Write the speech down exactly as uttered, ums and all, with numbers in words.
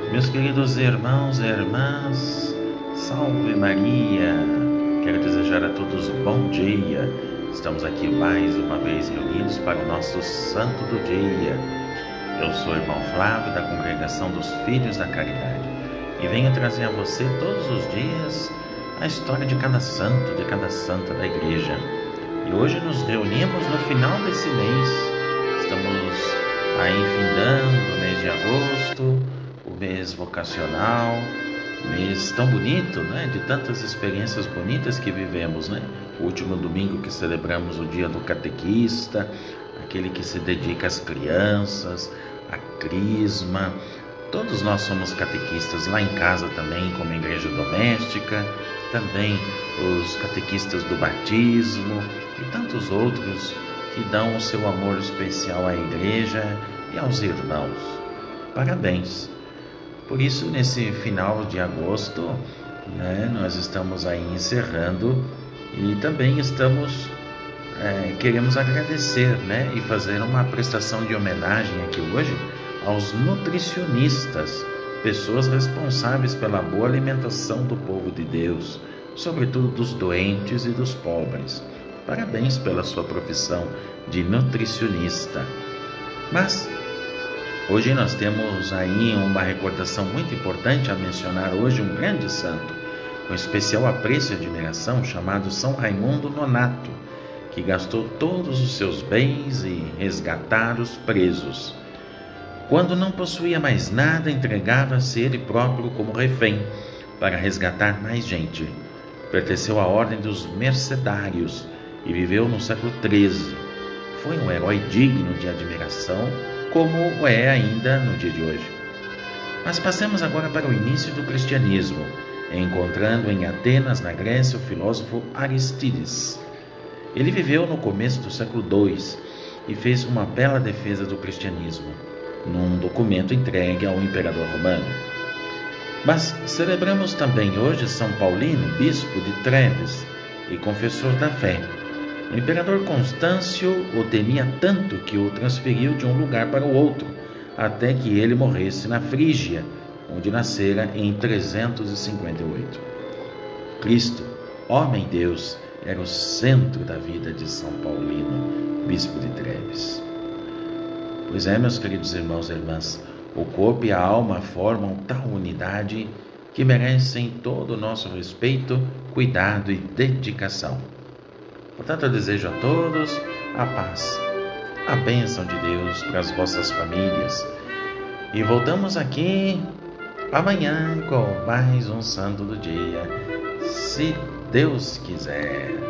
Meus queridos irmãos e irmãs, salve Maria! Quero desejar a todos um bom dia. Estamos aqui mais uma vez reunidos para o nosso Santo do Dia. Eu sou o irmão Flávio, da Congregação dos Filhos da Caridade, e venho trazer a você todos os dias a história de cada santo, de cada santa da Igreja. E hoje nos reunimos no final desse mês. Estamos aí findando o mês de agosto, o mês vocacional, mês tão bonito, né? De tantas experiências bonitas que vivemos, né? O último domingo que celebramos o dia do catequista, aquele que se dedica às crianças, a crisma. Todos nós somos catequistas lá em casa também, como igreja doméstica, também os catequistas do batismo e tantos outros que dão o seu amor especial à igreja e aos irmãos. Parabéns! Por isso, nesse final de agosto, né, nós estamos aí encerrando e também estamos, é, queremos agradecer, né, e fazer uma prestação de homenagem aqui hoje aos nutricionistas, pessoas responsáveis pela boa alimentação do povo de Deus, sobretudo dos doentes e dos pobres. Parabéns pela sua profissão de nutricionista. Mas hoje nós temos aí uma recordação muito importante a mencionar hoje, um grande santo, com especial apreço e admiração, chamado São Raimundo Nonato, que gastou todos os seus bens em resgatar os presos. Quando não possuía mais nada, entregava-se ele próprio como refém para resgatar mais gente. Pertenceu à ordem dos mercedários e viveu no século treze. Foi um herói digno de admiração, como é ainda no dia de hoje. Mas passemos agora para o início do cristianismo, encontrando em Atenas, na Grécia, o filósofo Aristides. Ele viveu no começo do século dois e fez uma bela defesa do cristianismo, num documento entregue ao imperador romano. Mas celebramos também hoje São Paulino, bispo de Treves e confessor da fé. O imperador Constâncio o temia tanto que o transferiu de um lugar para o outro, até que ele morresse na Frígia, onde nascera em trezentos e cinquenta e oito. Cristo, homem-deus, era o centro da vida de São Paulino, bispo de Treves. Pois é, meus queridos irmãos e irmãs, o corpo e a alma formam tal unidade que merecem todo o nosso respeito, cuidado e dedicação. Portanto, eu desejo a todos a paz, a bênção de Deus para as vossas famílias. E voltamos aqui amanhã com mais um Santo do Dia, se Deus quiser.